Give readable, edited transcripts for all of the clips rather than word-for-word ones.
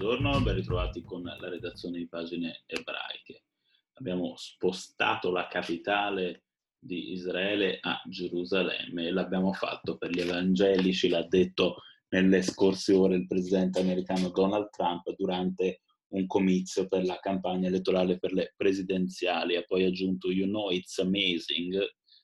Buongiorno, ben ritrovati con la redazione di Pagine Ebraiche. Abbiamo spostato la capitale di Israele a Gerusalemme e l'abbiamo fatto per gli evangelici, l'ha detto nelle scorse ore il presidente americano Donald Trump durante un comizio per la campagna elettorale per le presidenziali. Ha poi aggiunto "You know it's amazing",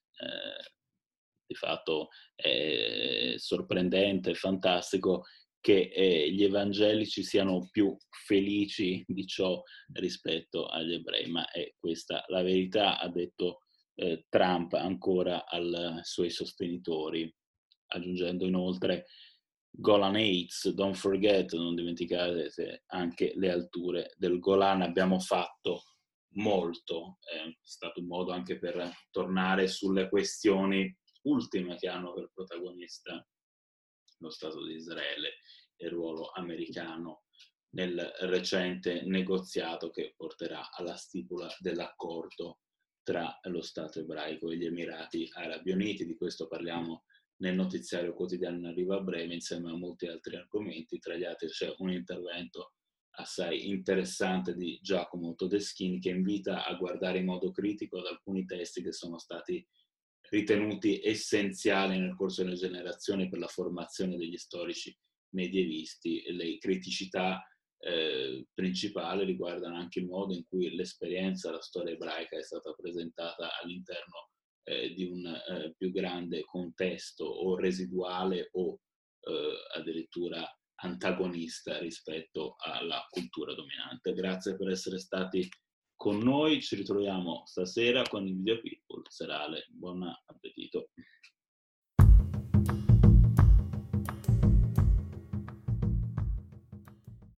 di fatto è sorprendente, fantastico che gli evangelici siano più felici di ciò rispetto agli ebrei, ma è questa la verità, ha detto Trump ancora ai suoi sostenitori, aggiungendo inoltre Golan Heights, don't forget, non dimenticate anche le alture del Golan. Abbiamo fatto molto, è stato un modo anche per tornare sulle questioni ultime che hanno per protagonista lo Stato di Israele e il ruolo americano nel recente negoziato che porterà alla stipula dell'accordo tra lo Stato ebraico e gli Emirati Arabi Uniti. Di questo parliamo nel notiziario quotidiano in arrivo a breve, insieme a molti altri argomenti. Tra gli altri c'è un intervento assai interessante di Giacomo Todeschini che invita a guardare in modo critico ad alcuni testi che sono stati ritenuti essenziali nel corso delle generazioni per la formazione degli storici medievisti. Le criticità principali riguardano anche il modo in cui l'esperienza, la storia ebraica è stata presentata all'interno di un più grande contesto o residuale o addirittura antagonista rispetto alla cultura dominante. Grazie per essere stati con noi, ci ritroviamo stasera con il Video People serale. Buon appetito.